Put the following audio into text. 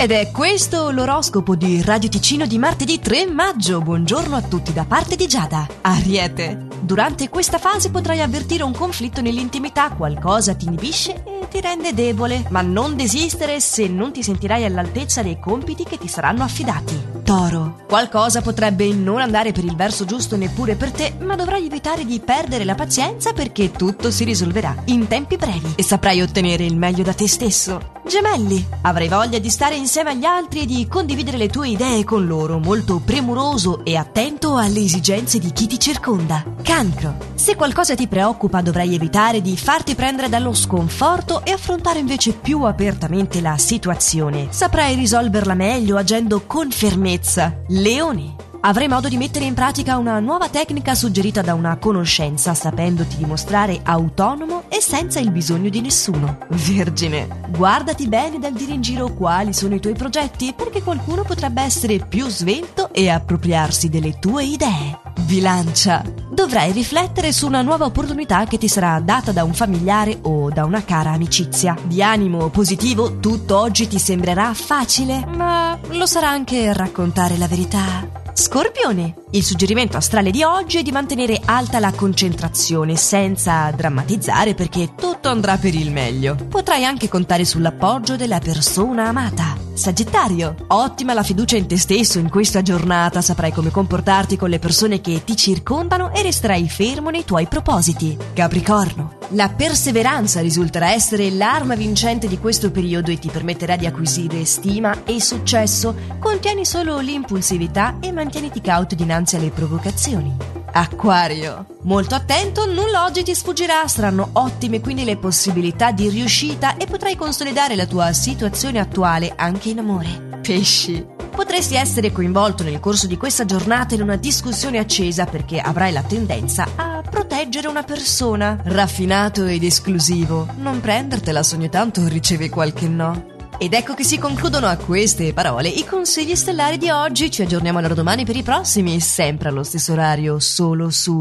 Ed è questo l'oroscopo di Radio Ticino di martedì 3 maggio. Buongiorno a tutti da parte di Giada. Ariete, durante questa fase potrai avvertire un conflitto nell'intimità, qualcosa ti inibisce e ti rende debole, ma non desistere se non ti sentirai all'altezza dei compiti che ti saranno affidati. Toro, qualcosa potrebbe non andare per il verso giusto neppure per te, ma dovrai evitare di perdere la pazienza perché tutto si risolverà in tempi brevi e saprai ottenere il meglio da te stesso. Gemelli, avrai voglia di stare insieme agli altri e di condividere le tue idee con loro, molto premuroso e attento alle esigenze di chi ti circonda. Cancro, se qualcosa ti preoccupa dovrai evitare di farti prendere dallo sconforto e affrontare invece più apertamente la situazione. Saprai risolverla meglio agendo con fermezza. Leone, avrai modo di mettere in pratica una nuova tecnica suggerita da una conoscenza, sapendoti dimostrare autonomo e senza il bisogno di nessuno. Vergine, guardati bene dal dire in giro quali sono i tuoi progetti, perché qualcuno potrebbe essere più svelto e appropriarsi delle tue idee. Bilancia, dovrai riflettere su una nuova opportunità che ti sarà data da un familiare o da una cara amicizia. Di animo positivo, tutto oggi ti sembrerà facile, ma lo sarà anche raccontare la verità. Scorpione, il suggerimento astrale di oggi è di mantenere alta la concentrazione senza drammatizzare perché tutto andrà per il meglio. Potrai anche contare sull'appoggio della persona amata. Sagittario, ottima la fiducia in te stesso in questa giornata, saprai come comportarti con le persone che ti circondano e resterai fermo nei tuoi propositi. Capricorno, la perseveranza risulterà essere l'arma vincente di questo periodo e ti permetterà di acquisire stima e successo. Contieni solo l'impulsività e mantieniti cauto dinanzi alle provocazioni. Acquario, molto attento, nulla oggi ti sfuggirà, saranno ottime quindi le possibilità di riuscita e potrai consolidare la tua situazione attuale anche in amore. Pesci, potresti essere coinvolto nel corso di questa giornata in una discussione accesa perché avrai la tendenza a proteggere una persona. Raffinato ed esclusivo, non prendertela se ogni tanto ricevi qualche no. Ed ecco che si concludono a queste parole i consigli stellari di oggi. Ci aggiorniamo allora domani per i prossimi, sempre allo stesso orario, solo su